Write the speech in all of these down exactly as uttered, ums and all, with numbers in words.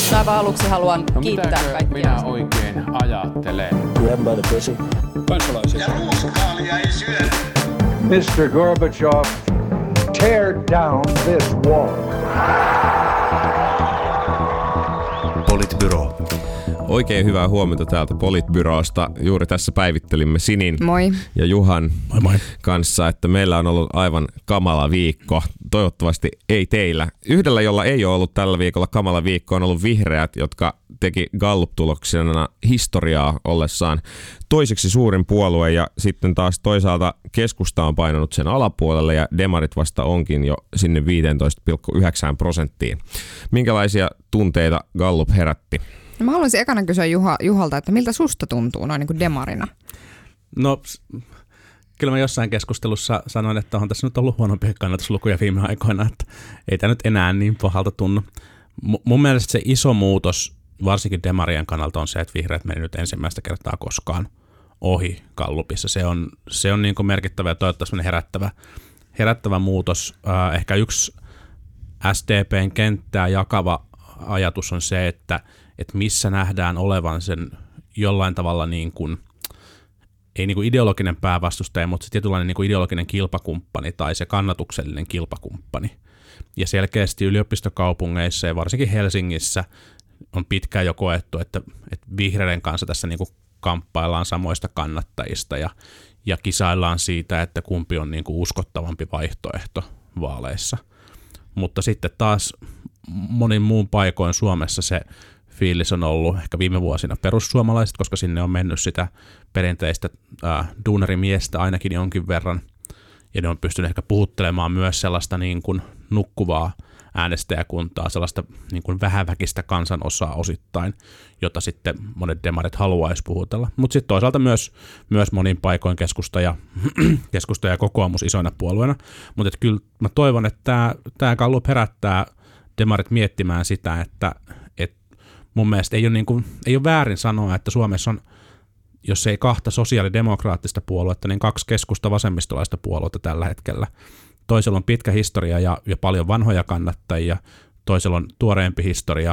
Aivan aluksi haluan no, kiittää kaikkia. Minä oikein ajattelen? Kansalaisia. Ja ruuskaalia ei syö. mister Gorbachev, tear down this wall. Politbyro. Oikein hyvää huomenta täältä Politbyrosta. Juuri tässä päivittelimme Sinin moi. ja Juhan moi moi. kanssa, että meillä on ollut aivan kamala viikko. Toivottavasti ei teillä. Yhdellä, jolla ei ole ollut tällä viikolla kamala viikko, on ollut vihreät, jotka teki Gallup-tuloksena historiaa ollessaan toiseksi suurin puolue, ja sitten taas toisaalta keskusta on painanut sen alapuolelle ja demarit vasta onkin jo sinne viisitoista pilkku yhdeksän prosenttiin. Minkälaisia tunteita Gallup herätti? No mä haluaisin ekana kysyä Juha, Juhalta, että miltä susta tuntuu noin niin kuin demarina? No kyllä mä jossain keskustelussa sanoin, että on tässä nyt ollut huonompia kannatuslukuja viime aikoina, että ei tämä nyt enää niin pahalta tunnu. M- mun mielestä se iso muutos, varsinkin demarien kannalta, on se, että vihreät meni nyt ensimmäistä kertaa koskaan ohi Gallupissa. Se on, se on niin kuin merkittävä ja toivottavasti herättävä, herättävä muutos. Äh, ehkä yksi S D P:n kenttää jakava ajatus on se, että, että missä nähdään olevan sen jollain tavalla niin kuin, ei niin kuin ideologinen päävastustaja, mutta se tietynlainen niin kuin ideologinen kilpakumppani tai se kannatuksellinen kilpakumppani. Ja selkeästi yliopistokaupungeissa ja varsinkin Helsingissä on pitkään jo koettu, että, että vihreiden kanssa tässä niin kuin kamppaillaan samoista kannattajista ja, ja kisaillaan siitä, että kumpi on niin kuin uskottavampi vaihtoehto vaaleissa. Mutta sitten taas monin muun paikoin Suomessa se fiilis on ollut ehkä viime vuosina perussuomalaiset, koska sinne on mennyt sitä perinteistä äh, duunarimiestä ainakin jonkin verran, ja ne on pystynyt ehkä puhuttelemaan myös sellaista niin kuin nukkuvaa äänestäjäkuntaa, sellaista niin kuin vähäväkistä kansanosaa osittain, jota sitten monet demarit haluaisi puhutella. Mutta sitten toisaalta myös, myös monin paikoin keskusta ja, keskusta ja kokoomus isoina puolueena. Mutta kyllä mä toivon, että tämä Gallup herättää demarit miettimään sitä, että et mun mielestä ei ole, niin kuin, ei ole väärin sanoa, että Suomessa on, jos ei kahta sosiaalidemokraattista puoluetta, niin kaksi keskusta vasemmistolaista puoluetta tällä hetkellä. Toisella on pitkä historia ja, ja paljon vanhoja kannattajia, toisella on tuoreempi historia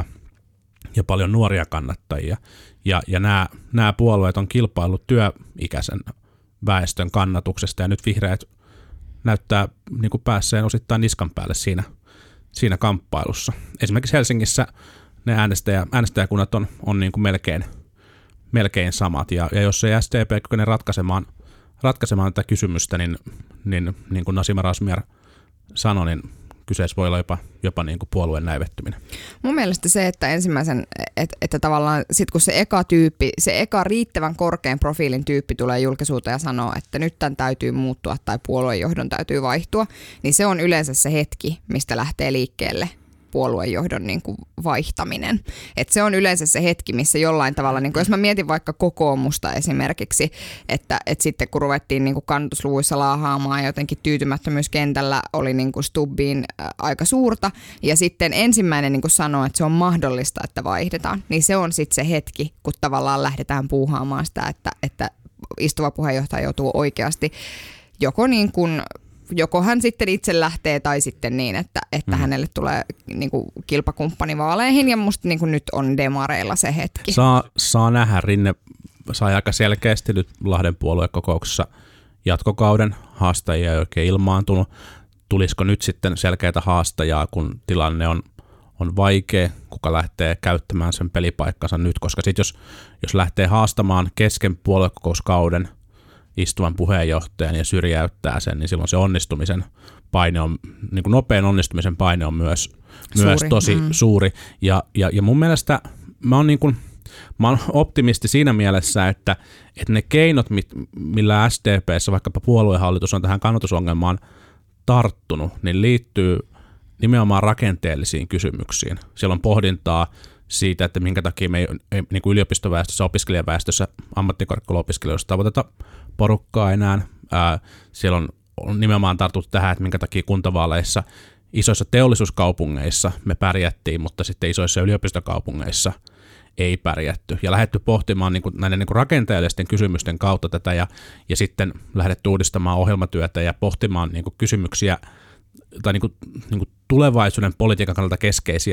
ja paljon nuoria kannattajia. Ja, ja nämä, nämä puolueet on kilpaillut työikäisen väestön kannatuksesta, ja nyt vihreät näyttää niin kuin päässeen osittain niskan päälle siinä, siinä kamppailussa. Esimerkiksi Helsingissä ne äänestäjä, äänestäjäkunnat on, on niin kuin melkein, melkein samat, ja, ja jos ei S D P kykene ratkaisemaan ratkaisemaan tätä kysymystä, niin, niin, niin kuin Nasima Razmyar sanoi, niin kyseessä voi olla jopa, jopa niin kuin puolueen näivettyminen. Mun mielestä se, että ensimmäisen, että, että tavallaan sit kun se eka tyyppi, se eka riittävän korkean profiilin tyyppi tulee julkisuuteen ja sanoo, että nyt tämän täytyy muuttua tai puoluejohdon täytyy vaihtua, niin se on yleensä se hetki, mistä lähtee liikkeelle puoluejohdon niin kuin vaihtaminen. Et se on yleensä se hetki, missä jollain tavalla, niin kuin jos mä mietin vaikka kokoomusta esimerkiksi, että, että sitten kun ruvettiin niin kuin kannatusluvuissa laahaamaan, jotenkin tyytymättömyyskentällä oli niin kuin Stubbiin ä, aika suurta, ja sitten ensimmäinen niin kuin sanoo, että se on mahdollista, että vaihdetaan, niin se on sitten se hetki, kun tavallaan lähdetään puuhaamaan sitä, että, että istuva puheenjohtaja joutuu oikeasti joko niin kuin joko hän sitten itse lähtee tai sitten niin, että, että mm. hänelle tulee niin kuin kilpakumppani vaaleihin, ja musta niin kuin nyt on demareilla se hetki. Saa, saa nähdä. Rinne sai aika selkeästi nyt Lahden puoluekokouksessa jatkokauden haastajia ei oikein ilmaantunut. Tulisiko nyt sitten selkeitä haastajaa, kun tilanne on, on vaikea, kuka lähtee käyttämään sen pelipaikkansa nyt, koska sitten jos, jos lähtee haastamaan kesken puoluekokouskauden istuvan puheenjohtajan ja syrjäyttää sen, niin silloin se onnistumisen paine on, niin kuin nopean onnistumisen paine on myös, myös tosi mm. suuri. Ja, ja, ja mun mielestä mä oon, niin kuin, mä oon optimisti siinä mielessä, että, että ne keinot, millä S D P:ssä vaikkapa puoluehallitus on tähän kannatusongelmaan tarttunut, niin liittyy nimenomaan rakenteellisiin kysymyksiin. Siellä on pohdintaa siitä, että minkä takia me ei, ei niin kuin yliopistoväestössä, opiskelijaväestössä, ammattikorkeakouluopiskelijoista tavoiteta porukkaa enää. Ää, siellä on, on nimenomaan tartuttu tähän, että minkä takia kuntavaaleissa isoissa teollisuuskaupungeissa me pärjättiin, mutta sitten isoissa yliopistokaupungeissa ei pärjätty. Ja lähdetty pohtimaan niin kuin näiden niin kuin rakenteellisten kysymysten kautta tätä ja, ja sitten lähdetty uudistamaan ohjelmatyötä ja pohtimaan niin kuin kysymyksiä tai niin kuin, niin kuin tulevaisuuden politiikan kannalta keskeisiä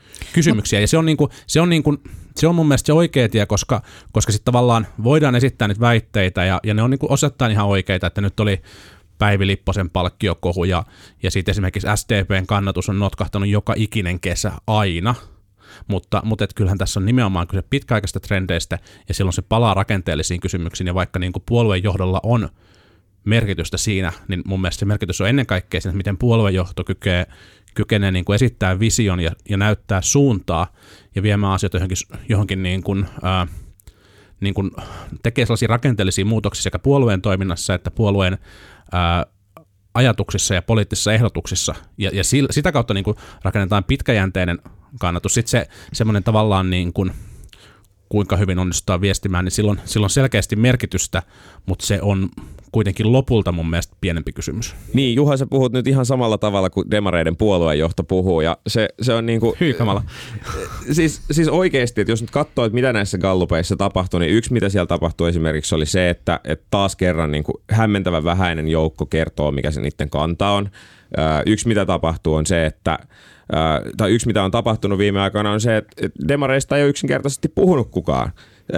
kysymyksiä. Ja se on, niinku, se, on niinku, se on mun mielestä se oikea tie, koska, koska sitten tavallaan voidaan esittää niitä väitteitä, ja, ja ne on niinku osittain ihan oikeita, että nyt oli Päivi Lipposen palkkiokohu, ja, ja sitten esimerkiksi S D P:n kannatus on notkahtanut joka ikinen kesä aina, mutta, mutta et kyllähän tässä on nimenomaan kyse pitkäaikaisista trendeistä, ja silloin se palaa rakenteellisiin kysymyksiin, ja vaikka niin kuin puolueen johdolla on merkitystä siinä, niin mun mielestä se merkitys on ennen kaikkea siinä, miten puoluejohto kykenee, kykenee niin kuin esittää vision ja, ja näyttää suuntaa, ja viemään asioita johonkin, johonkin niin kuin, ää, niin kuin tekee sellaisia rakenteellisia muutoksia sekä puolueen toiminnassa että puolueen ää, ajatuksissa ja poliittisissa ehdotuksissa, ja, ja sillä, sitä kautta niin kuin rakennetaan pitkäjänteinen kannatus. Sitten se semmoinen tavallaan niin kuin, kuinka hyvin onnistutaan viestimään, niin silloin, silloin selkeästi merkitystä, mutta se on kuitenkin lopulta mun mielestä pienempi kysymys. Niin, Juha, sä puhut nyt ihan samalla tavalla kuin demareiden puoluejohto puhuu, ja se, se on niinku... Hyi kamala. Siis, siis oikeasti, että jos nyt katsoo, että mitä näissä gallupeissa tapahtui, niin yksi mitä siellä tapahtui esimerkiksi oli se, että, että taas kerran niinku hämmentävän vähäinen joukko kertoo, mikä se niiden kanta on. Yksi mitä tapahtuu on se, että Uh, tai yksi mitä on tapahtunut viime aikoina on se, että demareista ei ole yksinkertaisesti puhunut kukaan.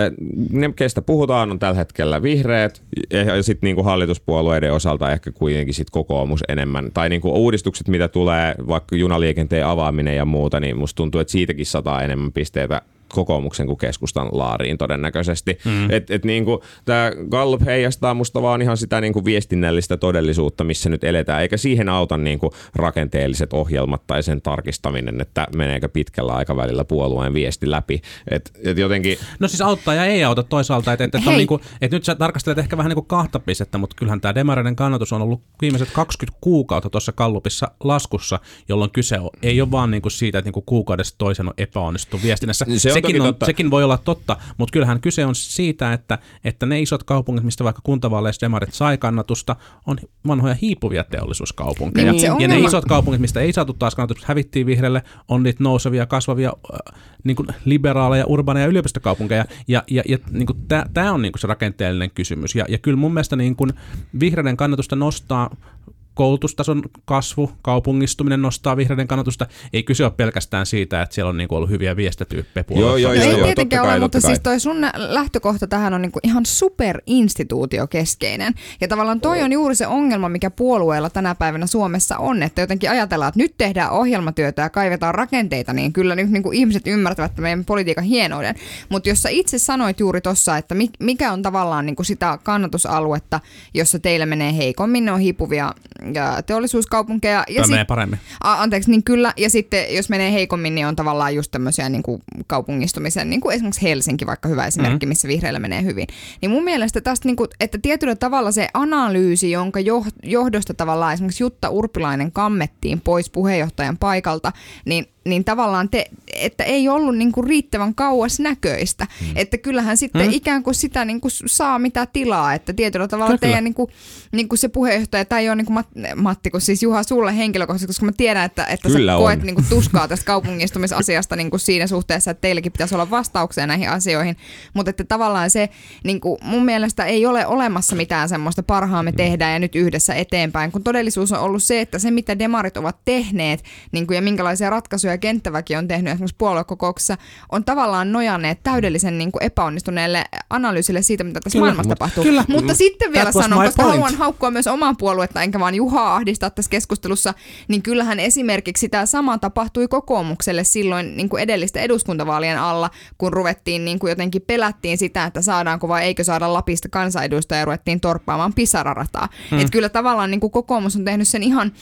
Ne, kestä puhutaan, on tällä hetkellä vihreät ja sitten niinku hallituspuolueiden osalta ehkä kuitenkin sit kokoomus enemmän. Tai niinku uudistukset, mitä tulee, vaikka junaliikenteen avaaminen ja muuta, niin musta tuntuu, että siitäkin sataa enemmän pisteitä kokoomuksen kuin keskustan laariin todennäköisesti. Mm. Et, et niinku, tämä Gallup heijastaa musta vaan ihan sitä niinku viestinnällistä todellisuutta, missä nyt eletään, eikä siihen auta niinku rakenteelliset ohjelmat tai sen tarkistaminen, että meneekö pitkällä aikavälillä puolueen viesti läpi. Et, et jotenkin... No siis auttaa ja ei auta toisaalta, että et, et niinku, et nyt sä tarkastelet ehkä vähän niinku kahta pistettä, mutta kyllähän tämä demareiden kannatus on ollut viimeiset kaksikymmentä kuukautta tuossa Gallupissa laskussa, jolloin kyse on, ei ole vaan niinku siitä, että niinku kuukaudesta toisen on epäonnistuttu viestinnässä. Se Sekin, on, sekin voi olla totta, mutta kyllähän kyse on siitä, että, että ne isot kaupungit, mistä vaikka kuntavaaleissa demarit sai kannatusta, on vanhoja hiipuvia teollisuuskaupunkeja. Niin, ja ne isot kaupungit, mistä ei saatu taas kannatusta, hävittiin vihreille, on niitä nousevia, kasvavia äh, niin kuin liberaaleja, urbaaneja yliopistokaupunkeja. Ja, ja, ja niin tämä on niin kuin se rakenteellinen kysymys. Ja, ja kyllä mun mielestä niin kuin vihreiden kannatusta nostaa koulutustason kasvu, kaupungistuminen nostaa vihreiden kannatusta. Ei kyse ole pelkästään siitä, että siellä on niinku ollut hyviä viestetyyppejä puolella. Joo, joo, joo, ei tietenkään ole, mutta siis toi sun lähtökohta tähän on niinku ihan superinstituutiokeskeinen. Ja tavallaan toi on juuri se ongelma, mikä puolueella tänä päivänä Suomessa on, että jotenkin ajatellaan, että nyt tehdään ohjelmatyötä ja kaivetaan rakenteita, niin kyllä nyt niinku ihmiset ymmärtävät meidän politiikan hienouden. Mutta jos sä itse sanoit juuri tuossa, että mikä on tavallaan niinku sitä kannatusaluetta, jossa teillä menee heikommin, ne on hiipuvia ja teollisuuskaupunkeja. Ja Tämä menee paremmin. A, anteeksi, niin kyllä. Ja sitten jos menee heikommin, niin on tavallaan just tämmöisiä niin kuin kaupungistumisen, niin kuin esimerkiksi Helsinki, vaikka hyvä esimerkki, mm-hmm. missä vihreillä menee hyvin. Niin mun mielestä tästä, niin kuin, että tietyllä tavalla se analyysi, jonka johdosta tavallaan esimerkiksi Jutta Urpilainen kammettiin pois puheenjohtajan paikalta, niin niin tavallaan, te, että ei ollut niinku riittävän kauas näköistä. Mm. Että kyllähän sitten mm. ikään kuin sitä niinku saa mitä tilaa, että tietyllä tavalla kyllä, teidän niinku, niinku se puheenjohtaja, tai ei ole niinku Matti, kun siis Juha sulle henkilökohtaisesti, koska mä tiedän, että, että sä koet niinku tuskaa tästä kaupungistumisasiasta niinku siinä suhteessa, että teilläkin pitäisi olla vastauksia näihin asioihin, mutta että tavallaan se niinku, mun mielestä ei ole olemassa mitään semmoista parhaamme tehdään ja nyt yhdessä eteenpäin, kun todellisuus on ollut se, että se mitä demarit ovat tehneet niinku, ja minkälaisia ratkaisuja ja kenttäväki on tehnyt esimerkiksi puoluekokouksessa, on tavallaan nojanneet täydellisen niin kuin epäonnistuneelle analyysille siitä, mitä tässä kyllä, maailmassa mutta, tapahtuu. Kyllä, mutta m- sitten vielä sanon, koska point. haluan haukkua myös omaa puoluetta, enkä vaan Juhaa ahdistaa tässä keskustelussa, niin kyllähän esimerkiksi tämä sama tapahtui kokoomukselle silloin niin kuin edellisten eduskuntavaalien alla, kun ruvettiin niin kuin jotenkin pelättiin sitä, että saadaanko vai eikö saada Lapista kansanedustajia ja ruvettiin torppaamaan Pisara-rataa. Hmm. Että kyllä tavallaan niin kuin kokoomus on tehnyt sen ihan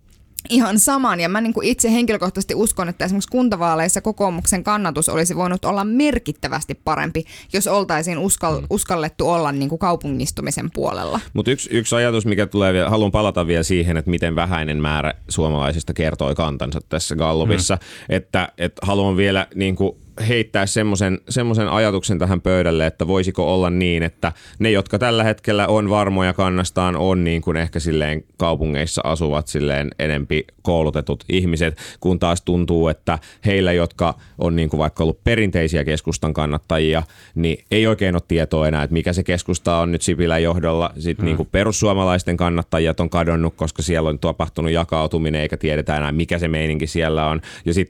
Ihan saman, ja mä niin kuin itse henkilökohtaisesti uskon, että esimerkiksi kuntavaaleissa kokoomuksen kannatus olisi voinut olla merkittävästi parempi, jos oltaisiin uskal, uskallettu olla niin kuin kaupungistumisen puolella. Mutta yksi, yksi ajatus, mikä tulee vielä, haluan palata vielä siihen, että miten vähäinen määrä suomalaisista kertoi kantansa tässä Gallupissa, mm. että, että haluan vielä niin kuin heittää semmoisen semmoisen ajatuksen tähän pöydälle, että voisiko olla niin, että ne, jotka tällä hetkellä on varmoja kannastaan, on niin kuin ehkä silleen kaupungeissa asuvat silleen enempi koulutetut ihmiset, kun taas tuntuu, että heillä, jotka on niin kuin vaikka ollut perinteisiä keskustan kannattajia, niin ei oikein ole tietoa enää, että mikä se keskusta on nyt Sipilän johdolla. Sitten hmm. niin kuin perussuomalaisten kannattajat on kadonnut, koska siellä on tapahtunut jakautuminen, eikä tiedetä enää, mikä se meininki siellä on. Ja sitten taas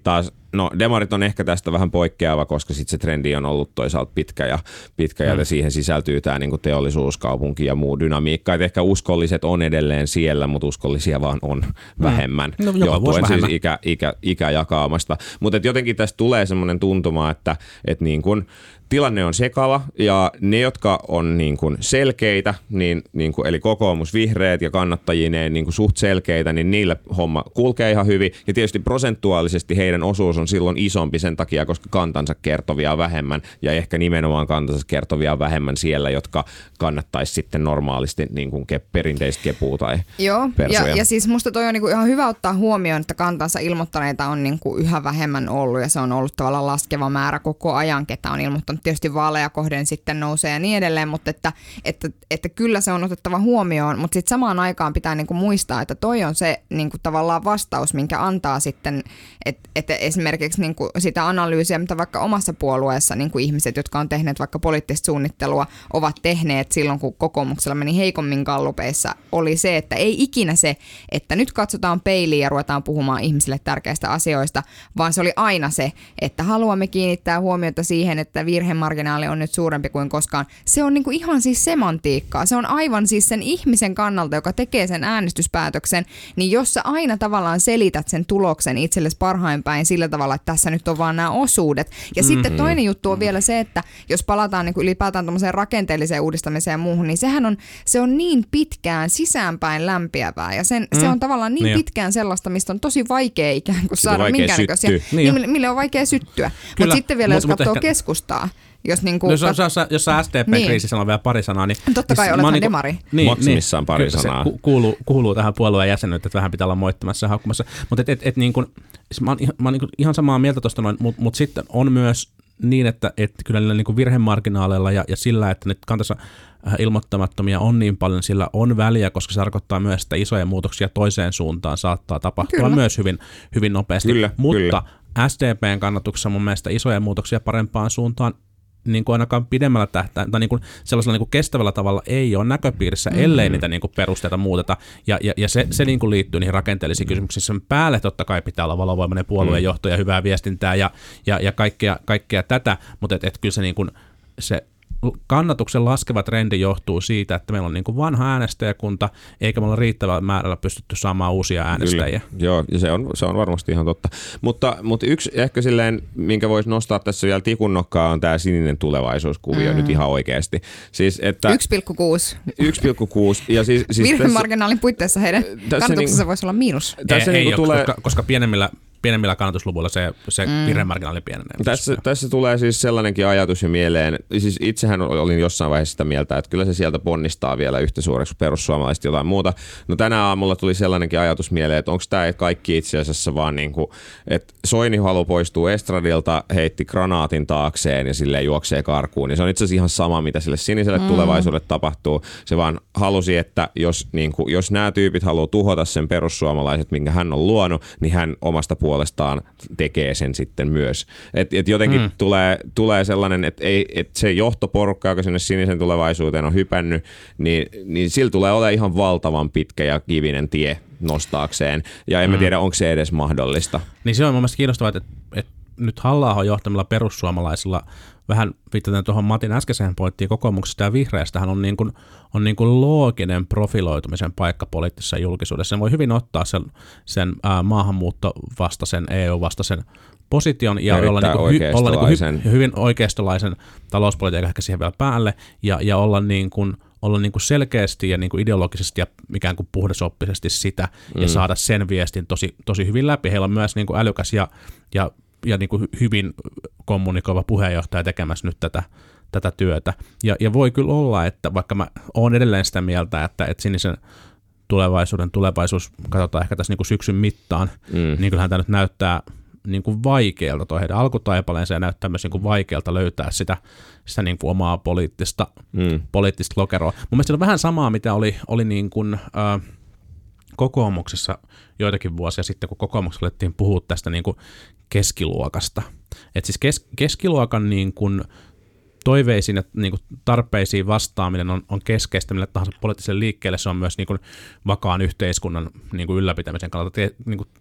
No demarit on ehkä tästä vähän poikkeava, koska sitten se trendi on ollut toisaalta pitkä ja, pitkä ja mm. siihen sisältyy tämä niinku teollisuuskaupunki ja muu dynamiikka. Et ehkä uskolliset on edelleen siellä, mutta uskollisia vaan on mm. vähemmän, no, johtuen siis ikä, ikä, ikäjakaamasta. Mutta jotenkin tästä tulee semmoinen tuntuma, että et niin kun tilanne on sekava ja ne, jotka on niin kuin selkeitä, niin, niin kuin, eli kokoomus, vihreät ja kannattajineen niin kuin suht selkeitä, niin niille homma kulkee ihan hyvin. Ja tietysti prosentuaalisesti heidän osuus on silloin isompi sen takia, koska kantansa kertovia on vähemmän ja ehkä nimenomaan kantansa kertovia on vähemmän siellä, jotka kannattaisi sitten normaalisti niin kuin ke, perinteistä kepua tai Joo, persuja. ja, ja siis musta toi on niin kuin ihan hyvä ottaa huomioon, että kantansa ilmoittaneita on niin kuin yhä vähemmän ollut ja se on ollut tavallaan laskeva määrä koko ajan, ketä on ilmoittanut. Tietysti vaaleja kohden sitten nousee ja niin edelleen, mutta että, että, että kyllä se on otettava huomioon, mutta sitten samaan aikaan pitää niinku muistaa, että toi on se niinku tavallaan vastaus, minkä antaa sitten, että, että esimerkiksi niinku sitä analyysiä, mitä vaikka omassa puolueessa niinku ihmiset, jotka on tehneet vaikka poliittista suunnittelua, ovat tehneet silloin, kun kokoomuksella meni heikommin gallupeissa, oli se, että ei ikinä se, että nyt katsotaan peiliin ja ruvetaan puhumaan ihmisille tärkeistä asioista, vaan se oli aina se, että haluamme kiinnittää huomiota siihen, että virhemarginaali on nyt suurempi kuin koskaan. Se on niinku ihan siis semantiikkaa. Se on aivan siis sen ihmisen kannalta, joka tekee sen äänestyspäätöksen, niin jos sä aina tavallaan selität sen tuloksen itsellesi parhain päin sillä tavalla, että tässä nyt on vaan nämä osuudet. Ja mm-hmm. sitten toinen juttu on vielä se, että jos palataan niinku ylipäätään tuommoiseen rakenteelliseen uudistamiseen ja muuhun, niin sehän on, se on niin pitkään sisäänpäin lämpiävää ja sen, mm. se on tavallaan niin, niin pitkään sellaista, mistä on tosi vaikea ikään kuin saada minkäännäköisiä, niin, niin, mille on vaikea syttyä. Mutta sitten vielä, mut, jos katsoo ehkä keskustaa, Jos, niin kuin, no, jos, jos, jos S D P-kriisissä niin. on vielä pari sanaa, niin... Totta kai olethan niin, demari. Niin, maksimissaan niin, pari sanaa. Se kuuluu, kuuluu tähän puolueen jäsenyyteen, että vähän pitää olla moittamassa ja haukkumassa. Mutta et, et, et, niin kuin, mä oon, mä oon niin ihan samaa mieltä tuosta noin, mutta mut sitten on myös niin, että et kyllä niillä niin virhemarginaaleilla ja, ja sillä, että nyt kantansa ilmoittamattomia on niin paljon, sillä on väliä, koska se tarkoittaa myös, että isoja muutoksia toiseen suuntaan saattaa tapahtua kyllä. myös hyvin, hyvin nopeasti. Kyllä, mutta kyllä. S D P:n kannatuksessa mun mielestä isoja muutoksia parempaan suuntaan niin kuin ainakaan pidemmällä tähtäimellä tai niin kuin sellaisella niin kuin kestävällä tavalla ei ole näköpiirissä, mm-hmm. ellei niitä niin kuin perusteita muuteta. Ja, ja, ja se, se niin kuin liittyy niihin rakenteellisiin kysymyksiin. Sen päälle totta kai pitää olla valovoimainen puoluejohto ja hyvää viestintää ja, ja, ja kaikkea, kaikkea tätä, mutta et, et kyllä se, niin kuin, se kannatuksen laskeva trendi johtuu siitä, että meillä on niin kuin vanha äänestäjäkunta, eikä me olla riittävällä määrällä pystytty saamaan uusia äänestäjiä. Kyllä. Joo, ja se on, se on varmasti ihan totta. Mutta, mutta yksi ehkä silleen, minkä voisi nostaa tässä vielä tikunnokkaa, on tämä sininen tulevaisuuskuvio mm. nyt ihan oikeasti. Siis, että yksi pilkku kuusi. yksi pilkku kuusi. Ja siis, siis virhemarginaalin puitteissa heidän kannatuksensa niin, voisi olla miinus. Tässä ei, niin ei tulee, koska, koska pienemmillä pienemmillä kannatusluvuilla se, se mm. virhemarginaali pienenee. Tässä, tässä tulee siis sellainenkin ajatus jo mieleen. Siis itsehän olin jossain vaiheessa sitä mieltä, että kyllä se sieltä ponnistaa vielä yhtä suureksi kuin perussuomalaiset jotain muuta. No tänä aamulla tuli sellainenkin ajatus mieleen, että onko tämä kaikki itse asiassa vaan niin kuin, että Soini haluaa poistua estradilta, heitti granaatin taakseen ja silleen juoksee karkuun. Ja se on itse asiassa ihan sama, mitä sille siniselle mm. tulevaisuudelle tapahtuu. Se vaan halusi, että jos, niin kuin, jos nämä tyypit haluaa tuhota sen perussuomalaiset, minkä hän on luonut, niin hän omasta puolestaan tekee sen sitten myös. Et, et jotenkin mm. tulee, tulee sellainen, että et se johtoporukka, joka sinne sinisen tulevaisuuteen on hypännyt, niin, niin sillä tulee olemaan ihan valtavan pitkä ja kivinen tie nostaakseen. Ja en mm. mä tiedä, onko se edes mahdollista. Niin se on mun mielestä kiinnostavaa, että, että nyt Halla-ahon johtamilla perussuomalaisilla vähän viitaten tuohon Matin äskeiseen pointtiin kokoomuksesta ja vihreästähän on, niin kuin, on niin kuin looginen profiloitumisen paikka poliittisessa julkisuudessa. Sen voi hyvin ottaa sen, sen ää, maahanmuuttovastaisen, E U-vastaisen position ja olla, niin kuin, hy, olla niin kuin hy, hyvin oikeistolaisen talouspolitiikan ehkä siihen vielä päälle ja, ja olla niin kuin olla niin kuin selkeästi ja niin kuin ideologisesti ja ikään kuin puhdasoppisesti sitä mm. ja saada sen viestin tosi, tosi hyvin läpi. Heillä on myös niin kuin älykäs ja, ja, ja niin kuin hyvin kommunikoiva puheenjohtaja tekemässä nyt tätä, tätä työtä. Ja, ja voi kyllä olla, että vaikka mä oon edelleen sitä mieltä, että, että sinisen tulevaisuuden tulevaisuus katsotaan ehkä tässä niin kuin syksyn mittaan, mm. niin kyllähän tämä nyt näyttää niin kuin vaikealta toi heidän alkutaipaleensa ja näyttää myös niin kuin vaikealta löytää sitä, sitä niin kuin omaa poliittista, mm. poliittista lokeroa. Mun mielestä se on vähän samaa, mitä oli, oli niin kuin, äh, kokoomuksessa joitakin vuosia sitten, kun kokoomuksessa alettiin puhua tästä niin kuin keskiluokasta. Et siis kes, keskiluokan niin kuin toiveisiin ja niin kuin tarpeisiin vastaaminen on, on keskeistä millä tahansa poliittiselle liikkeelle. Se on myös niin kuin vakaan yhteiskunnan niin kuin ylläpitämisen kannalta te, niin kuin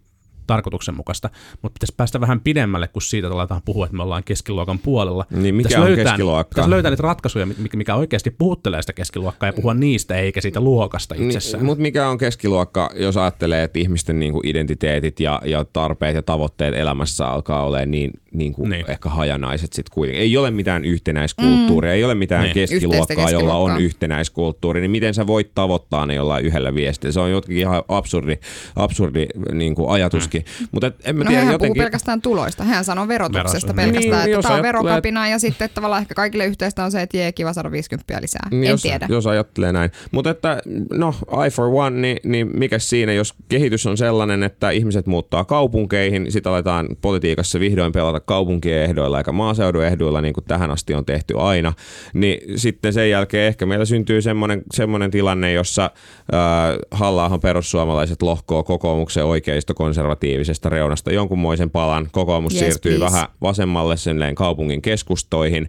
tarkoituksenmukaista, mutta pitäisi päästä vähän pidemmälle kuin siitä, että aletaan puhua, että me ollaan keskiluokan puolella. Niin mikä pitäisi on löytää, keskiluokka? Pitäisi löytää niitä ratkaisuja, mikä oikeasti puhuttelee sitä keskiluokkaa ja puhua niistä eikä siitä luokasta itsessään. Niin, mutta mikä on keskiluokka, jos ajattelee, että ihmisten niin kuin identiteetit ja, ja tarpeet ja tavoitteet elämässä alkaa olemaan niin, niin kuin niin. ehkä hajanaiset sitten kuitenkin. Ei ole mitään yhtenäiskulttuuria, mm. ei ole mitään niin. keskiluokkaa, jolla on yhtenäiskulttuuri, niin miten sä voit tavoittaa ne jollain yhdellä viestillä? Se on jotenkin ihan absurdi, absurdi niin kuin ajatuskin. Mm. Mut et, en mä no tiedä, hän jotenkin... puhuu pelkästään tuloista. Hän sanoo verotuksesta Verotus. pelkästään, niin, että tämä on ajattelee... verokapina ja sitten että tavallaan ehkä kaikille yhteistä on se, että jee, kiva saada viisikymmentä lisää. Niin en jos, tiedä. Jos ajattelee näin. Mutta että no I for one, niin, niin mikä siinä, jos kehitys on sellainen, että ihmiset muuttaa kaupunkeihin, sitten aletaan politiikassa vihdoin pelata kaupunkien ehdoilla eikä maaseudun ehdoilla, niin kuin tähän asti on tehty aina, niin sitten sen jälkeen ehkä meillä syntyy semmoinen, semmoinen tilanne, jossa äh, Halla-ahon perussuomalaiset lohkoo kokoomuksen oikeisto-konservatiivisesta reunasta jonkunmoisen palan. Kokoomus yes, siirtyy please. vähän vasemmalle silleen kaupungin keskustoihin,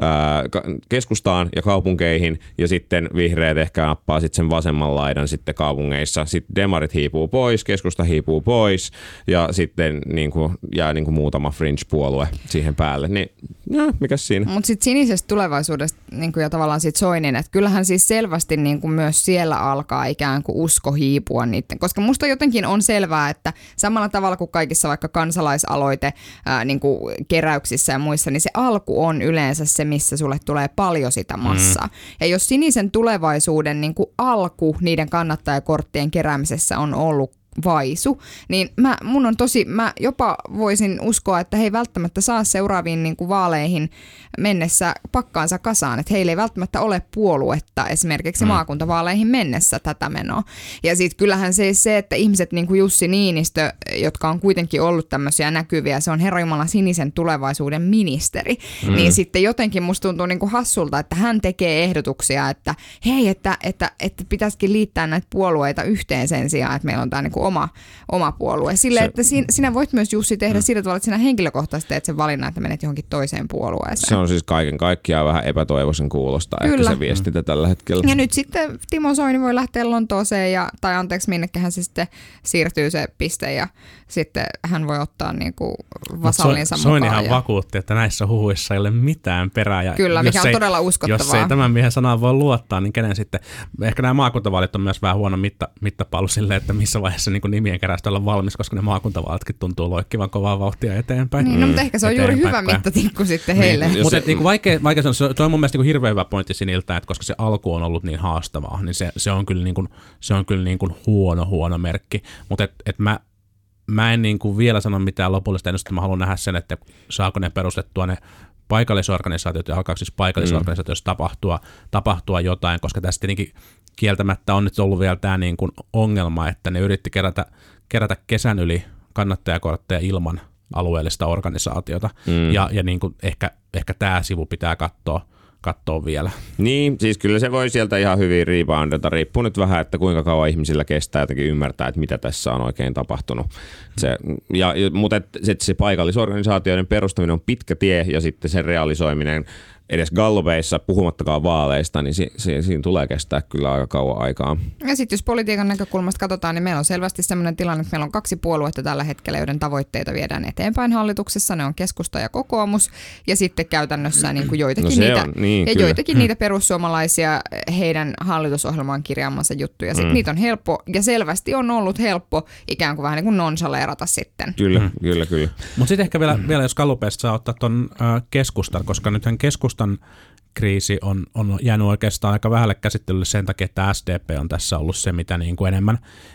äh, keskustaan ja kaupunkeihin, ja sitten vihreät ehkä nappaa sitten sen vasemman laidan sitten kaupungeissa. Sitten demarit hiipuu pois, keskusta hiipuu pois, ja sitten niin kuin, jää niin kuin muutama fringe-puolue siihen päälle. Niin, no, mikäs siinä? Mutta sitten sinisestä tulevaisuudesta niin kuin ja tavallaan siitä Soinin, että kyllähän siis selvästi niin kuin myös siellä alkaa ikään kuin usko hiipua niiden, koska musta jotenkin on selvää, että samalla tavalla kuin kaikissa vaikka kansalaisaloite ää, niin kuin keräyksissä ja muissa, niin se alku on yleensä se, missä sulle tulee paljon sitä massaa. Mm. Ja jos sinisen tulevaisuuden niin kuin alku niiden kannattajakorttien keräämisessä on ollut vaisu, niin mä, mun on tosi, mä jopa voisin uskoa, että he ei välttämättä saa seuraaviin niin kuin vaaleihin mennessä pakkaansa kasaan, että heillä ei välttämättä ole puoluetta esimerkiksi mm. maakuntavaaleihin mennessä tätä menoa. Ja sitten kyllähän se, se, että ihmiset niin kuin Jussi Niinistö, jotka on kuitenkin ollut tämmöisiä näkyviä, se on herranjumala sinisen tulevaisuuden ministeri, mm. niin sitten jotenkin musta tuntuu niin kuin hassulta, että hän tekee ehdotuksia, että hei, että, että, että pitäisikin liittää näitä puolueita yhteen sen sijaan, että meillä on tämä niin kuin Oma, oma puolue. Sille, se, että sin, sinä voit myös, Jussi, tehdä mm. sillä tavalla, että sinä henkilökohtaisesti teet sen valinnan, että menet johonkin toiseen puolueeseen. Se on siis kaiken kaikkiaan vähän epätoivoisen kuulosta, Kyllä. ehkä se viestintä tällä hetkellä. Ja nyt sitten Timo Soini voi lähteä Lontooseen, ja, tai anteeksi, minnekähän se sitten siirtyy se piste, ja sitten hän voi ottaa niinku vasallinsa so, mukaan. Soinihan ja... vakuutti, että näissä huhuissa ei ole mitään perää. Ja Kyllä, mikä on ei, todella uskottavaa. Jos ei tämän miehen sanaan voi luottaa, niin kenen sitten, ehkä nämä maakuntavaalit on myös vähän huono mitta, mittapallu silleen, että missä vaiheessa niin nimien kerästä olla valmis, koska ne maakuntavaalitkin tuntuu loikkivan kovaa vauhtia eteenpäin. Niin, no, mutta ehkä se on juuri hyvä mittatikku sitten heille. Niin, mutta niin vaikea, vaikea se on, se on mun mielestä niin hirveän hyvä pointti siniltä, että koska se alku on ollut niin haastavaa, niin se, se on kyllä, niin kuin, se on kyllä niin kuin huono, huono merkki. Mutta et, et mä, mä en niin kuin vielä sano mitään lopullista ennustaa, mä haluan nähdä sen, että saako ne perustettua ne paikallisorganisaatiot ja alkaako siis paikallisorganisaatioissa mm. tapahtua, tapahtua jotain, koska tässä tietenkin kieltämättä on nyt ollut vielä tämä niin kuin ongelma, että ne yritti kerätä, kerätä kesän yli kannattajakortteja ilman alueellista organisaatiota. Mm. Ja, ja niin kuin ehkä, ehkä tämä sivu pitää katsoa, katsoa vielä. Niin, siis kyllä se voi sieltä ihan hyvin reboundata. Riippuu nyt vähän, että kuinka kauan ihmisillä kestää jotenkin ymmärtää, että mitä tässä on oikein tapahtunut. Se, ja, mutta et, et se paikallisorganisaatioiden perustaminen on pitkä tie ja sitten sen realisoiminen edes gallupeissa, puhumattakaan vaaleista, niin si, si, siinä tulee kestää kyllä aika kauan aikaa. Ja sitten jos politiikan näkökulmasta katsotaan, niin meillä on selvästi sellainen tilanne, että meillä on kaksi puoluetta tällä hetkellä, joiden tavoitteita viedään eteenpäin hallituksessa. Ne on keskusta ja kokoomus, ja sitten käytännössä niin kuin joitakin, no niitä, on, niin, ja joitakin niitä perussuomalaisia heidän hallitusohjelmaan kirjaamansa juttuja. Sitten mm. niitä on helppo, ja selvästi on ollut helppo ikään kuin vähän niin kuin nonsaleerata sitten. Kyllä, mm. kyllä, kyllä. Mutta sitten ehkä vielä, mm. vielä jos gallupeista saa ottaa tuon äh, keskustan, koska nythän keskustan kriisi on, on jäänyt oikeastaan aika vähälle käsittelylle sen takia, että S D P on tässä ollut se, mitä niin kuin enemmän,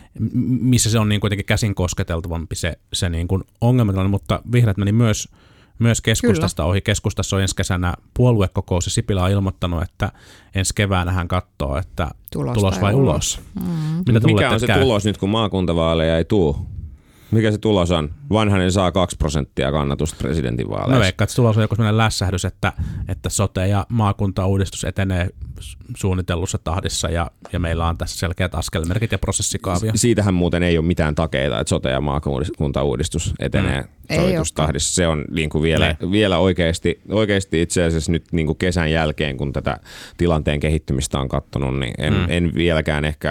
missä se on niin kuitenkin käsin kosketeltavampi se, se niin kuin ongelmatilanne, mutta vihreät meni myös, myös keskustasta Kyllä. ohi. Keskustassa on ensi kesänä puoluekokous ja Sipilä on ilmoittanut, että ensi keväänä hän katsoo, että tulos, tulos vai ulos. ulos. Mm. Mitä Mikä on se käy? tulos nyt, kun maakuntavaaleja ei tule? Mikä se tulos on? Vanhanen saa kaksi prosenttia kannatusta presidentinvaaleissa. Mä veikkaan, että se tulos on joku sellainen lässähdys, että, että sote- ja maakuntauudistus etenee suunnitellussa tahdissa ja, ja meillä on tässä selkeät askelmerkit ja prosessikaavia. Siitähän muuten ei ole mitään takeita, että sote- ja maakuntauudistus etenee mm. sovitustahdissa. Se on niin kuin vielä, vielä oikeasti, oikeasti itse asiassa nyt niin kuin kesän jälkeen, kun tätä tilanteen kehittymistä on katsonut, niin en, mm. en vieläkään ehkä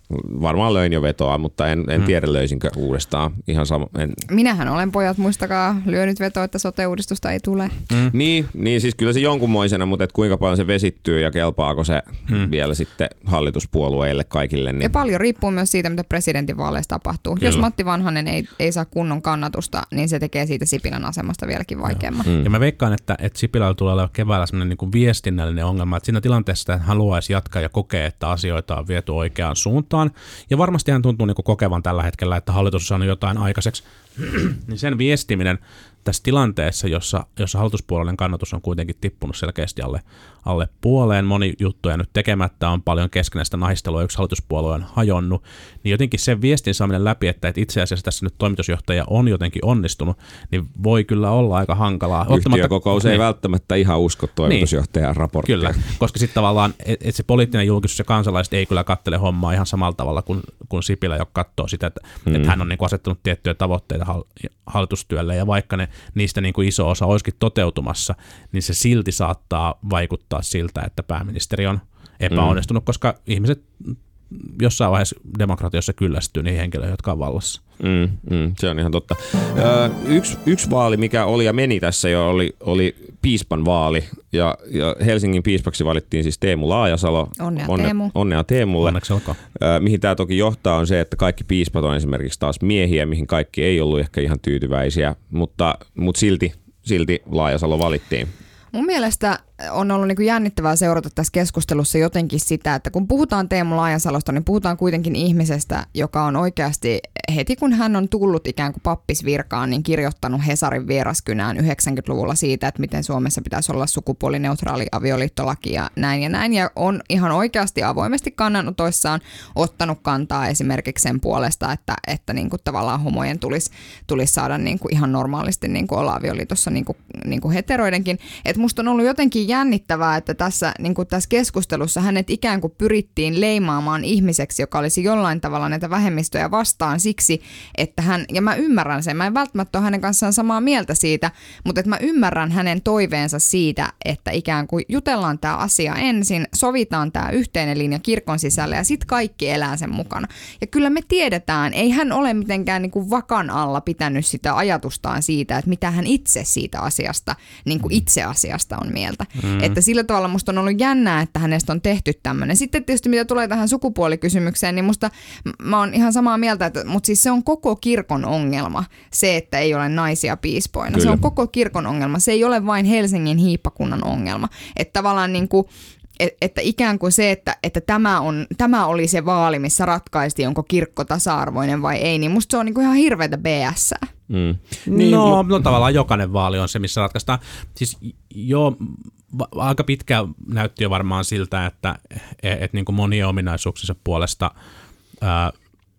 Varmaan löin jo vetoa, mutta en, en tiedä löysinkö uudestaan. Ihan sama. En... Minähän olen, pojat, muistakaa, lyönyt vetoa, että sote-uudistusta ei tule. Mm. Niin, niin, siis kyllä se jonkunmoisena, mutta et kuinka paljon se vesittyy ja kelpaako se hmm. vielä sitten hallituspuolueille kaikille. Niin... Ja paljon riippuu myös siitä, mitä presidentinvaaleissa tapahtuu. Kyllä. Jos Matti Vanhanen ei, ei saa kunnon kannatusta, niin se tekee siitä Sipilän asemasta vieläkin vaikeamman. Hmm. Ja mä veikkaan, että, että Sipilällä tulee olla keväällä sellainen niin kuin viestinnällinen ongelma, että siinä tilanteessa hän haluaisi jatkaa ja kokee, että asioita on viety oikeaan suuntaan. Ja varmasti hän tuntuu niin kuin kokevan tällä hetkellä, että hallitus on saanut jotain aikaiseksi. Niin sen viestiminen tässä tilanteessa, jossa, jossa hallituspuolueen kannatus on kuitenkin tippunut selkeästi alle, alle puoleen, moni juttuja nyt tekemättä, on paljon keskenäistä nahistelua, yksi hallituspuolue on hajonnut, niin jotenkin sen viestin saaminen läpi, että itse asiassa tässä nyt toimitusjohtaja on jotenkin onnistunut, niin voi kyllä olla aika hankalaa. Yhtiökokous ei niin. välttämättä ihan usko toimitusjohtajan niin, raporttia. Kyllä, koska sitten tavallaan, että et se poliittinen julkisuus ja kansalaiset ei kyllä kattele hommaa ihan samalla tavalla kuin, kuin Sipilä, joka katsoo sitä, että hmm. et hän on niin kuin asettanut tiettyjä tavoitteita hallitustyölle, ja vaikka ne, niistä niin kuin iso osa olisikin toteutumassa, niin se silti saattaa vaikuttaa siltä, että pääministeri on epäonnistunut, mm. koska ihmiset jossain vaiheessa demokratiossa kyllästyy niihin henkilöihin, jotka on vallassa. Mm, mm, se on ihan totta. Ö, yksi, yksi vaali, mikä oli ja meni tässä jo, oli, oli piispan vaali. Ja, ja Helsingin piispaksi valittiin siis Teemu Laajasalo. Onnea Onne, Teemu. Onnea Teemulle. Onneksi olkoon. Ö, mihin tämä toki johtaa on se, että kaikki piispat on esimerkiksi taas miehiä, mihin kaikki ei ollut ehkä ihan tyytyväisiä, mutta, mutta silti, silti Laajasalo valittiin. Mun mielestä on ollut niin kuin jännittävää seurata tässä keskustelussa jotenkin sitä, että kun puhutaan Teemu Laajasalosta, niin puhutaan kuitenkin ihmisestä, joka on oikeasti heti kun hän on tullut ikään kuin pappisvirkaan, niin kirjoittanut Hesarin vieraskynään yhdeksänkymmentäluvulla siitä, että miten Suomessa pitäisi olla sukupuolineutraali avioliittolaki ja näin ja näin. Ja on ihan oikeasti avoimesti kannanotoissaan ottanut kantaa esimerkiksi sen puolesta, että, että niin kuin tavallaan homojen tulisi, tulisi saada niin kuin ihan normaalisti niin kuin olla avioliitossa niin kuin, niin kuin heteroidenkin. Että musta on ollut jotenkin jännittävää, että tässä, niin kuin tässä keskustelussa hänet ikään kuin pyrittiin leimaamaan ihmiseksi, joka olisi jollain tavalla näitä vähemmistöjä vastaan siksi, että hän, ja mä ymmärrän sen, mä en välttämättä ole hänen kanssaan samaa mieltä siitä, mutta että mä ymmärrän hänen toiveensa siitä, että ikään kuin jutellaan tämä asia ensin, sovitaan tämä yhteinen linja kirkon sisällä ja sitten kaikki elää sen mukana. Ja kyllä me tiedetään, ei hän ole mitenkään niin kuin vakan alla pitänyt sitä ajatustaan siitä, että mitä hän itse siitä asiasta, niin kuin itse asiasta on mieltä. Mm. Että sillä tavalla musta on ollut jännää, että hänestä on tehty tämmöinen. Sitten tietysti mitä tulee tähän sukupuolikysymykseen, niin musta mä oon ihan samaa mieltä, että, mutta siis se on koko kirkon ongelma, se, että ei ole naisia piispoina. Kyllä. Se on koko kirkon ongelma. Se ei ole vain Helsingin hiippakunnan ongelma. Että tavallaan niin kuin että ikään kuin se, että, että tämä, on, tämä oli se vaali, missä ratkaisti, onko kirkko tasa-arvoinen vai ei, niin musta se on niin kuin ihan hirveätä B S. Mm. Niin, no, no tavallaan jokainen vaali on se, missä ratkaistaan. Siis jo aika pitkään näytti jo varmaan siltä, että et, et niin kuin monien ominaisuuksensa puolesta ää,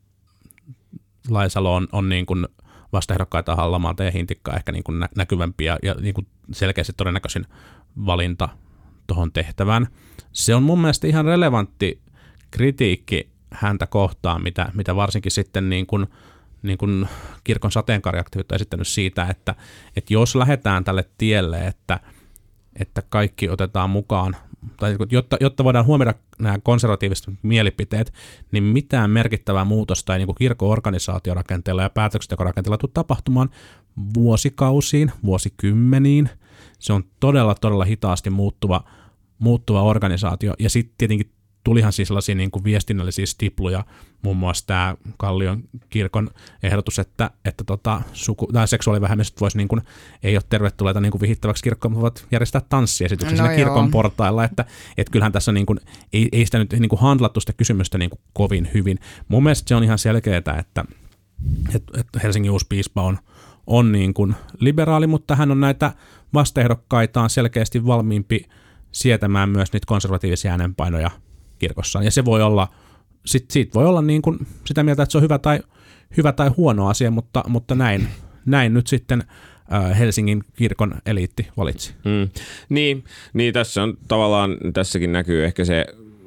Laisalo on, on niin kuin vastaehdokkaita Hallamaata ja Hintikkaa ehkä niin kuin nä- näkyvämpiä ja niin kuin selkeästi todennäköisin valinta tuohon tehtävään. Se on mun mielestä ihan relevantti kritiikki häntä kohtaan, mitä, mitä varsinkin sitten niin kuin, niin kuin kirkon sateenkaariaktiivit on esittänyt siitä, että, että jos lähdetään tälle tielle, että, että kaikki otetaan mukaan, tai jotta, jotta voidaan huomioida nämä konservatiiviset mielipiteet, niin mitään merkittävää muutosta ei niin kuin kirkon organisaatiorakenteella ja päätöksentekorakenteella tule tapahtumaan vuosikausiin, vuosikymmeniin. Se on todella, todella hitaasti muuttuva, muuttuva organisaatio. Ja sitten tietenkin tulihan siis sellaisia niin kuin viestinnällisiä stipluja, muun muassa tämä Kallion kirkon ehdotus, että, että tota, suku, tai seksuaalivähemmistöt voisi niin kuin, ei ole tervetulleita niin kuin vihittäväksi kirkkoon, mutta voivat järjestää tanssiesityksen no siinä kirkon portailla, että et kyllähän tässä niin kuin, ei, ei sitä nyt niin kuin handlattu sitä kysymystä niin kuin kovin hyvin. Mun mielestä se on ihan selkeää, että, että, että Helsingin uusi piispa on, on niin kuin liberaali, mutta hän on näitä vastaehdokkaitaan selkeästi valmiimpi sietämään myös niitä konservatiivisia äänenpainoja kirkossaan. Ja se voi olla, sit, siitä voi olla niin kuin sitä mieltä, että se on hyvä tai, hyvä tai huono asia, mutta, mutta näin, näin nyt sitten äh, Helsingin kirkon eliitti valitsi. Mm. Niin, niin, tässä on tavallaan, tässäkin näkyy ehkä se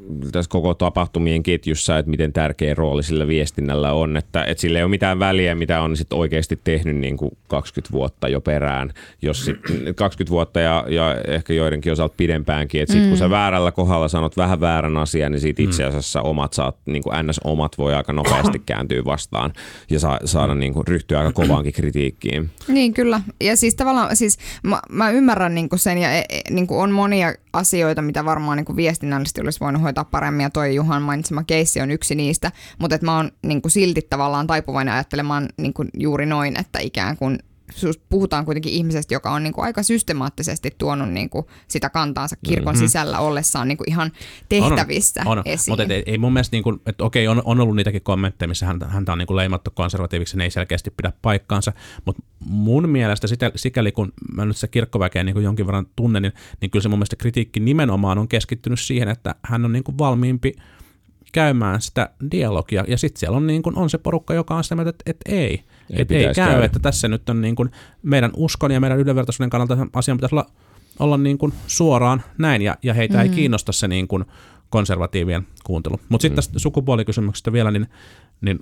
tässä koko tapahtumien ketjussa, että miten tärkeä rooli sillä viestinnällä on, että, että sillä ei ole mitään väliä, mitä on sit oikeasti tehnyt niin kuin kaksikymmentä vuotta jo perään, jos sit, kaksikymmentä vuotta ja, ja ehkä joidenkin osalta pidempäänkin, että sit, mm. kun sä väärällä kohdalla sanot vähän väärän asian, niin sit itse asiassa omat saat, niin kuin N S-omat voi aika nopeasti kääntyä vastaan ja sa, saada niin kuin, ryhtyä aika kovaankin kritiikkiin. Niin kyllä, ja siis tavallaan, siis mä, mä ymmärrän niin kuin sen, ja e, niin kuin on monia asioita, mitä varmaan niin kuin viestinnällisesti olisi voinut hoitaa paremmin, ja toi Juhan mainitsema keissi on yksi niistä, mutta että mä oon niin kuin silti tavallaan taipuvainen ajattelemaan niin kuin juuri noin, että ikään kuin puhutaan kuitenkin ihmisestä, joka on niin kuin aika systemaattisesti tuonut niin kuin sitä kantaansa kirkon mm-hmm. sisällä ollessaan niin kuin ihan tehtävissä on, on, esiin. Mutta ei, ei mun mielestä, niin kuin, että okei, on, on ollut niitäkin kommentteja, missä häntä, häntä on niin kuin leimattu konservatiiviksi, ne ei selkeästi pidä paikkaansa, mutta mun mielestä sitä, sikäli kun mä nyt se kirkkoväkeä niin kuin jonkin verran tunnen, niin, niin kyllä se mun mielestä kritiikki nimenomaan on keskittynyt siihen, että hän on niin kuin valmiimpi käymään sitä dialogia, ja sitten siellä on, niin kun, on se porukka, joka on sitä mieltä, että, että ei, ei, että ei käy, käydä. Että tässä nyt on niin kun, meidän uskon ja meidän yhdenvertaisuuden kannalta asian pitäisi olla, olla niin kun, suoraan näin, ja, ja heitä mm-hmm. ei kiinnosta se niin kun, konservatiivien kuuntelu. Mutta sitten mm-hmm. tästä sukupuolikysymyksestä vielä, niin, niin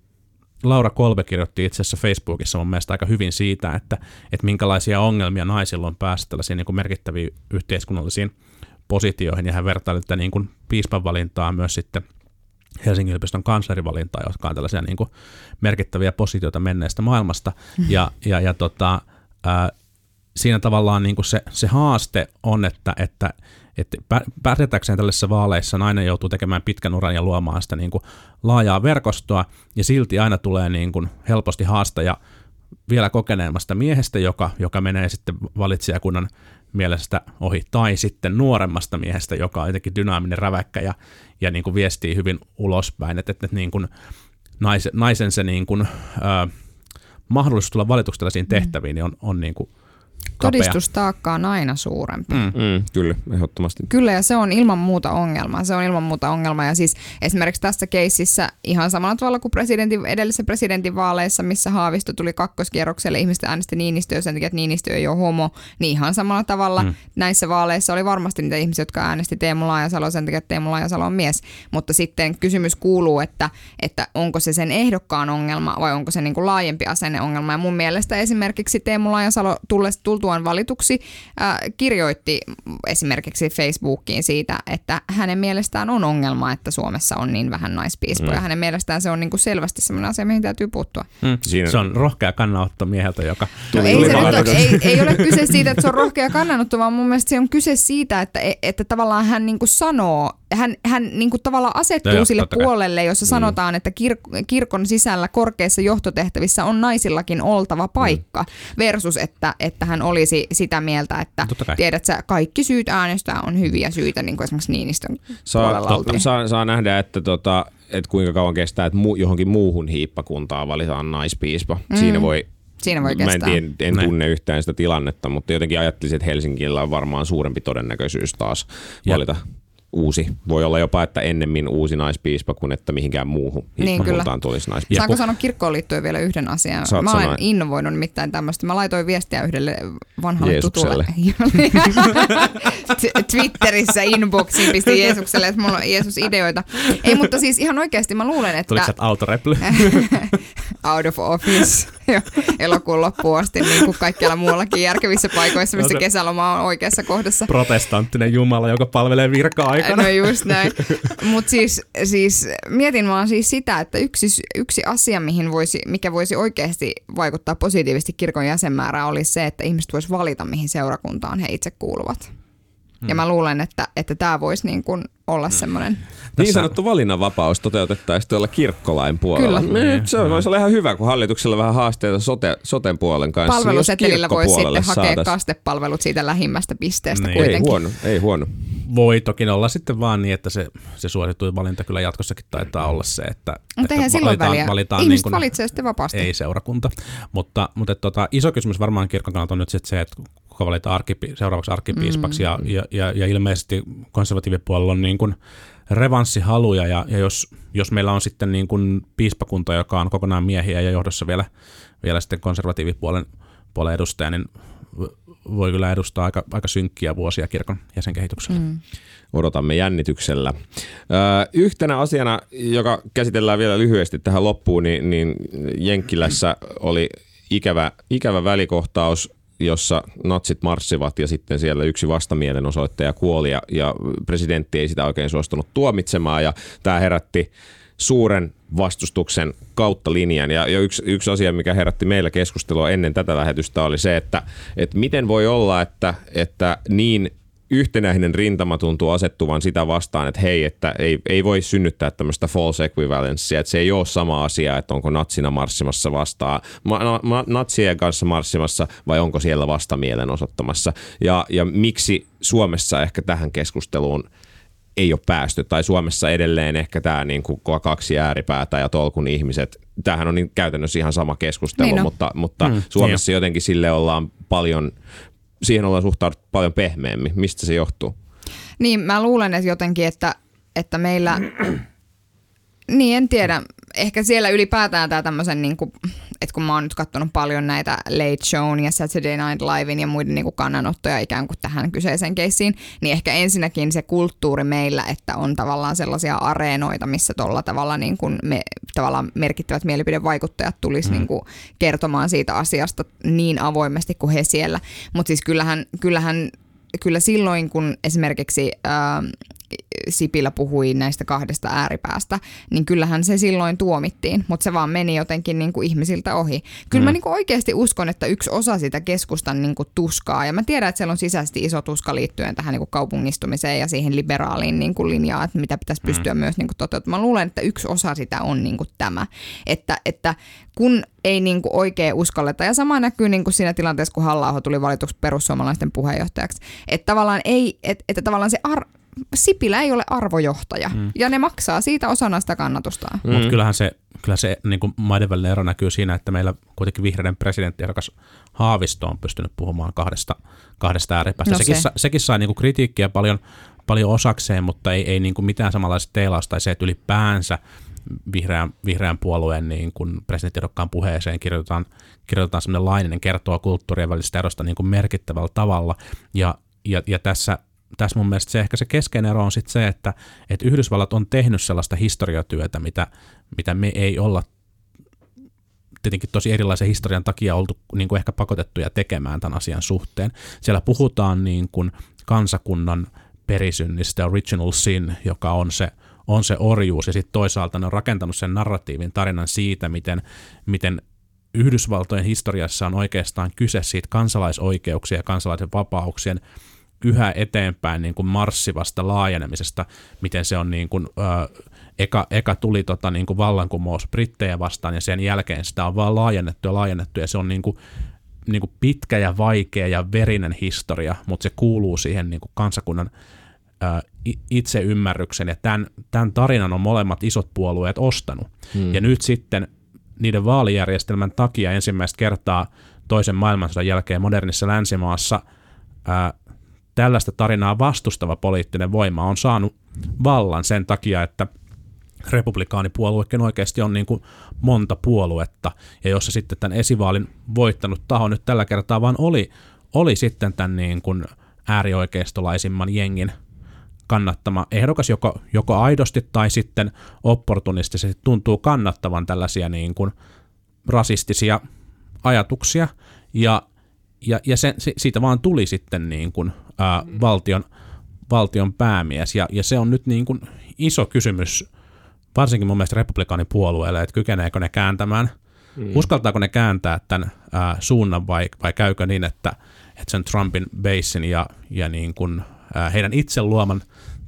Laura Kolbe kirjoitti itse asiassa Facebookissa mun mielestä aika hyvin siitä, että, että minkälaisia ongelmia naisilla on päästä tällaisiin niin kun merkittäviin yhteiskunnallisiin positioihin, ja hän vertaili tätä niin kuin piispan valintaa myös sitten Helsingin yliopiston kanslerivalintaa, jotka on tällaisia niin kuin merkittäviä positioita menneestä maailmasta, mm-hmm. ja, ja, ja tota, ää, siinä tavallaan niin kuin se, se haaste on, että, että, että pärjätäkseen tällaisissa vaaleissa nainen joutuu tekemään pitkän uran ja luomaan sitä niin kuin laajaa verkostoa, ja silti aina tulee niin kuin helposti haastaja vielä kokeneemmasta miehestä, joka, joka menee sitten valitsijakunnan mielestä ohi, tai sitten nuoremmasta miehestä, joka on jotenkin dynaaminen, räväkkä ja, ja niin kuin viestii hyvin ulospäin, että, että niin kuin naisen, naisen se niin kuin, äh, mahdollisuus tulla valituksi tällaisiin tehtäviin niin on, on niin kuin kapea. Todistustaakka on aina suurempi. Mm. Mm, kyllä, ehdottomasti. Kyllä, ja se on ilman muuta ongelma. Se on ilman muuta ongelma, ja siis esimerkiksi tässä keississä ihan samalla tavalla kuin presidentin, edellisessä presidentinvaaleissa, missä Haavisto tuli kakkoskierrokselle, ihmiset äänesti Niinistöä sen takia, että Niinistö ei ole homo, niin ihan samalla tavalla mm. näissä vaaleissa oli varmasti niitä ihmisiä, jotka äänesti Teemu Laajasalo sen takia, että Teemu Laajasalo on mies. Mutta sitten kysymys kuuluu, että, että onko se sen ehdokkaan ongelma vai onko se niin kuin laajempi asenneongelma. Ja mun mielestä esimerkiksi Teemu Laajasalo tulles tultuaan valituksi äh, kirjoitti esimerkiksi Facebookiin siitä, että hänen mielestään on ongelma, että Suomessa on niin vähän naispiispoja. Mm. Hänen mielestään se on niin kuin selvästi sellainen asia, mihin täytyy puuttua. Mm. Se on rohkea kannanotto mieheltä, joka no tuli, ei, tuli se nyt, ei, ei ole kyse siitä, että se on rohkea kannanotto, vaan mun mielestä se on kyse siitä, että, että tavallaan hän niin kuin sanoo, hän, hän niin kuin tavallaan asettuu no, sille puolelle, jossa mm. sanotaan, että kir- kirkon sisällä korkeissa johtotehtävissä on naisillakin oltava paikka, mm. versus että, että hän olisi sitä mieltä, että tiedät sä, kaikki syyt äänestää on hyviä syitä, niin kuin esimerkiksi Niinistön saa, puolella oltiin. Saa, saa nähdä, että, tota, että kuinka kauan kestää, että mu- johonkin muuhun hiippakuntaan valitaan naispiispa. Mm. Siinä voi Siinä voi kestää. Mä en, tiedä, en tunne yhtään sitä tilannetta, mutta jotenkin ajattelisin, että Helsingillä on varmaan suurempi todennäköisyys taas valita ja uusi. Voi olla jopa, että ennemmin uusi naispiispa kuin että mihinkään muuhun hiippakuntaan niin tulisi naispiispa. Saanko sanoa kirkkoon liittyen vielä yhden asian? Saat mä olen sanoa innovoinut nimittäin tämmöistä. Mä laitoin viestiä yhdelle vanhalle Jeesukselle. tutulle. Twitterissä inboxiin pistin Jeesukselle, että mulla on Jeesus-ideoita. Ei, mutta siis ihan oikeasti mä luulen, että tuliko sieltä autoreply? Out of office. Elokuun loppuun asti, niin kuin kaikkialla muuallakin järkevissä paikoissa, missä no kesäloma on oikeassa kohdassa. Protestanttinen jumala, joka palvelee virka-aikana. No just näin. Mutta siis, siis mietin vaan siis sitä, että yksi, yksi asia, mihin voisi, mikä voisi oikeasti vaikuttaa positiivisesti kirkon jäsenmäärää, olisi se, että ihmiset voisi valita, mihin seurakuntaan he itse kuuluvat. Hmm. Ja mä luulen, että, että tämä voisi niin kuin olla semmoinen. Niin sanottu valinnanvapaus toteutettaisiin tuolla kirkkolain puolella. Kyllä. Se voisi olla ihan hyvä, kun hallituksella on vähän haasteita sote, soten puolen kanssa. Palvelusetelillä voisi sitten hakea saatais kastepalvelut siitä lähimmästä pisteestä niin kuitenkin. Ei huono, ei huono. Voi toki olla sitten vaan niin, että se, se suosittu valinta kyllä jatkossakin taitaa olla se, että, mutta että silloin valitaan, valitaan ihmiset niin kuin valitsee sitten vapaasti. Ei seurakunta. Mutta, mutta tota, iso kysymys varmaan kirkon kannalta on nyt sitten se, että kuka valitaan arkipi- seuraavaksi arkkipiispaksi, mm. ja, ja, ja, ja ilmeisesti konservatiivipuolella on niin kuin revanssihaluja, ja, ja jos, jos meillä on sitten niin kuin piispakunta, joka on kokonaan miehiä ja johdossa vielä, vielä sitten konservatiivipuolen puolen edustaja, niin voi kyllä edustaa aika, aika synkkiä vuosia kirkon jäsenkehityksellä. Mm. Odotamme jännityksellä. Ö, yhtenä asiana, joka käsitellään vielä lyhyesti tähän loppuun, niin, niin Jenkkilässä oli ikävä, ikävä välikohtaus, jossa natsit marssivat ja sitten siellä yksi vastamielenosoittaja kuoli ja, ja presidentti ei sitä oikein suostunut tuomitsemaan ja tämä herätti suuren vastustuksen kautta linjan. Ja, ja yksi, yksi asia, mikä herätti meillä keskustelua ennen tätä lähetystä oli se, että, että miten voi olla, että, että niin yhtenäinen rintama tuntuu asettuvan sitä vastaan, että hei, että ei, ei voi synnyttää tämmöistä false equivalencea, että se ei ole sama asia, että onko natsina marssimassa vastaan, ma, ma, natsien kanssa marssimassa vai onko siellä vastamielenosoittamassa. Ja, ja miksi Suomessa ehkä tähän keskusteluun ei ole päästy, tai Suomessa edelleen ehkä tämä niin kuin kaksi ääripäätä ja tolkun ihmiset, tämähän on niin käytännössä ihan sama keskustelu, niin no. mutta, mutta mm, Suomessa niin jotenkin sille ollaan paljon, siihen ollaan suhtauduttu paljon pehmeämmin. Mistä se johtuu? Niin, mä luulen, että jotenkin, että, että meillä, niin en tiedä, ehkä siellä ylipäätään tämä tämmöisen, niin kuin, että kun mä oon nyt katsonut paljon näitä Late Shown ja Saturday Night Livein ja muiden niin kuin kannanottoja ikään kuin tähän kyseiseen keissiin, niin ehkä ensinnäkin se kulttuuri meillä, että on tavallaan sellaisia areenoita, missä tuolla tavalla, niin kuin me, tavallaan merkittävät mielipidevaikuttajat tulisi mm. niin kuin kertomaan siitä asiasta niin avoimesti kuin he siellä. Mutta siis kyllähän, kyllähän kyllä silloin, kun esimerkiksi ää, Sipilä puhui näistä kahdesta ääripäästä, niin kyllähän se silloin tuomittiin, mutta se vaan meni jotenkin niin kuin ihmisiltä ohi. Kyllä mm. mä niin kuin oikeasti uskon, että yksi osa sitä keskustan niin kuin tuskaa, ja mä tiedän, että siellä on sisäisesti iso tuska liittyen tähän niin kuin kaupungistumiseen ja siihen liberaaliin niin kuin linjaan, että mitä pitäisi pystyä mm. myös niin kuin toteuttamaan. Mä luulen, että yksi osa sitä on niin kuin tämä, että, että kun ei niin kuin oikein uskalleta, ja sama näkyy niin kuin siinä tilanteessa, kun Halla-aho tuli valituksi perussuomalaisten puheenjohtajaksi, että tavallaan, ei, että, että tavallaan se ar- Sipilä ei ole arvojohtaja, mm. ja ne maksaa siitä osana sitä kannatustaan. Mm. Mutta kyllähän se, kyllä se niin kuin maiden välinen ero näkyy siinä, että meillä kuitenkin vihreiden presidenttiehdokas Haavisto on pystynyt puhumaan kahdesta, kahdesta ääripäästä. No sekin, se. sekin sai niin kuin kritiikkiä paljon, paljon osakseen, mutta ei, ei niin kuin mitään samanlaista teilausta, tai se, että ylipäänsä vihreän, vihreän puolueen niin kuin presidenttiehdokkaan puheeseen kirjoitetaan, kirjoitetaan sellainen lainen, kertoo kulttuurien välisestä erosta niin kuin merkittävällä tavalla, ja, ja, ja tässä Tässä mun mielestä se ehkä se keskeinen ero on sitten se, että, että Yhdysvallat on tehnyt sellaista historiatyötä, mitä, mitä me ei olla tietenkin tosi erilaisen historian takia oltu niin kuin ehkä pakotettuja tekemään tämän asian suhteen. Siellä puhutaan niin kuin kansakunnan perisynnistä, original sin, joka on se, on se orjuus, ja sitten toisaalta ne on rakentanut sen narratiivin tarinan siitä, miten, miten Yhdysvaltojen historiassa on oikeastaan kyse siitä kansalaisoikeuksien ja kansalaisen vapauksien yhä eteenpäin niin kuin marssivasta laajenemisesta, miten se on niin kuin, ää, eka, eka tuli tota, niin kuin vallankumous brittejä vastaan, ja sen jälkeen sitä on vaan laajennettu ja laajennettu, ja se on niin kuin, niin kuin pitkä ja vaikea ja verinen historia, mutta se kuuluu siihen niin kuin kansakunnan ää, itseymmärryksen, ja tämän, tämän tarinan on molemmat isot puolueet ostanut. Hmm. Ja nyt sitten niiden vaalijärjestelmän takia ensimmäistä kertaa toisen maailmansodan jälkeen modernissa länsimaassa ää, tällaista tarinaa vastustava poliittinen voima on saanut vallan sen takia, että republikaanipuoluekin oikeasti on niin kuin monta puoluetta, ja jossa sitten tämän esivaalin voittanut taho nyt tällä kertaa vaan oli, oli sitten tämän niin kuin äärioikeistolaisimman jengin kannattama ehdokas, joko, joko aidosti tai sitten opportunistisesti tuntuu kannattavan tällaisia niin kuin rasistisia ajatuksia, ja Ja, ja se, se, siitä vaan tuli sitten niin kuin, ää, valtion, valtion päämies, ja, ja se on nyt niin kuin iso kysymys, varsinkin mun mielestä republikaanipuolueelle, että kykeneekö ne kääntämään, mm. uskaltaako ne kääntää tämän ää, suunnan, vai, vai käykö niin, että, että sen Trumpin basin ja, ja niin kuin, ää, heidän itse luoman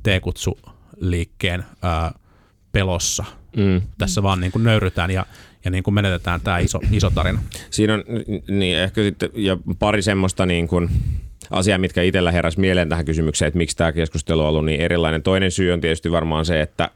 T-kutsuliikkeen ää, pelossa mm. tässä vaan niin kuin nöyrytään ja ja niin kuin menetetään tämä iso, iso tarina. Siinä on niin ehkä sitten, ja pari semmoista niin kuin asiaa, mitkä itsellä heräsi mieleen tähän kysymykseen, että miksi tämä keskustelu on ollut niin erilainen. Toinen syy on tietysti varmaan se, että, että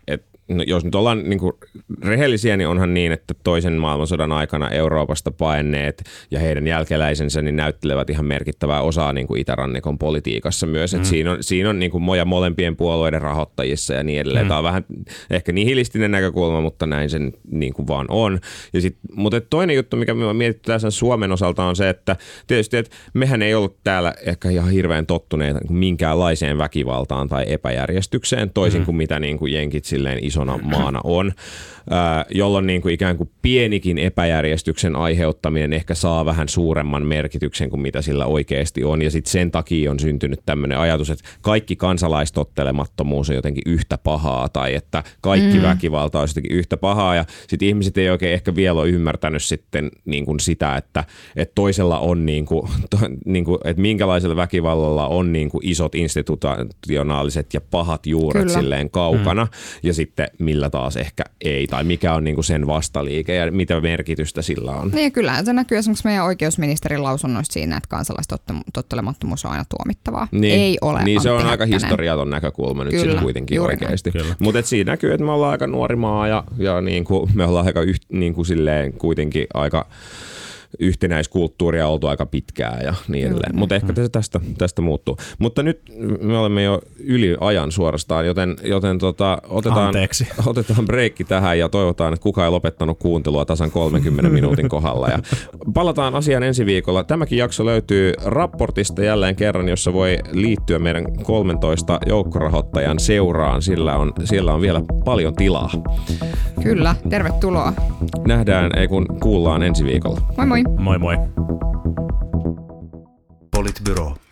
no jos nyt ollaan niin kuin rehellisiä, niin onhan niin, että toisen maailmansodan aikana Euroopasta paenneet ja heidän jälkeläisensä niin näyttelevät ihan merkittävää osaa niin kuin itärannikon politiikassa myös. Mm. Et siinä on, siinä on niin kuin moja molempien puolueiden rahoittajissa ja niin edelleen. Mm. Tämä on vähän ehkä nihilistinen näkökulma, mutta näin sen niin kuin vaan on. Ja sit, mutta toinen juttu, mikä me on mietitty tässä Suomen osalta on se, että tietysti että mehän ei ollut täällä ehkä ihan hirveän tottuneita minkäänlaiseen väkivaltaan tai epäjärjestykseen, toisin mm. kuin mitä niin kuin jenkit silleen isona maana on, jolloin niin kuin ikään kuin pienikin epäjärjestyksen aiheuttaminen ehkä saa vähän suuremman merkityksen kuin mitä sillä oikeasti on. Ja sitten sen takia on syntynyt tämmöinen ajatus, että kaikki kansalaistottelemattomuus on jotenkin yhtä pahaa tai että kaikki mm. väkivalta on jotenkin yhtä pahaa. Ja sitten ihmiset ei oikein ehkä vielä ole ymmärtänyt sitten niin kuin sitä, että, että toisella on, niin kuin, to, niin kuin, että minkälaisella väkivallalla on niin kuin isot institutionaaliset ja pahat juuret Kyllä. silleen kaukana mm. ja sitten millä taas ehkä ei, tai mikä on niinku sen vastaliike ja mitä merkitystä sillä on. Niin kyllähän se näkyy esimerkiksi meidän oikeusministerin lausunnoista siinä, että kansalaistottelemattomuus on aina tuomittavaa. Niin, ei ole. Niin se on Häkkänen. Aika historiaton näkökulma nyt Kyllä, sitten kuitenkin oikeasti. Mutta siinä näkyy, että me ollaan aika nuori maa ja, ja niinku, me ollaan aika yht, niinku silleen kuitenkin aika yhtenäiskulttuuria oltu aika pitkään ja niin edelleen. Mutta ehkä se tästä, tästä muuttuu. Mutta nyt me olemme jo yli ajan suorastaan, joten, joten tota, otetaan, otetaan breikki tähän ja toivotaan, että kukaan ei lopettanut kuuntelua tasan kolmenkymmenen minuutin kohdalla. Ja palataan asiaan ensi viikolla. Tämäkin jakso löytyy raportista jälleen kerran, jossa voi liittyä meidän kolmentoista joukkorahoittajan seuraan. Sillä on, siellä on vielä paljon tilaa. Kyllä, tervetuloa. Nähdään, ei kun kuullaan ensi viikolla. Moi moi. Moi moi. Politbyro.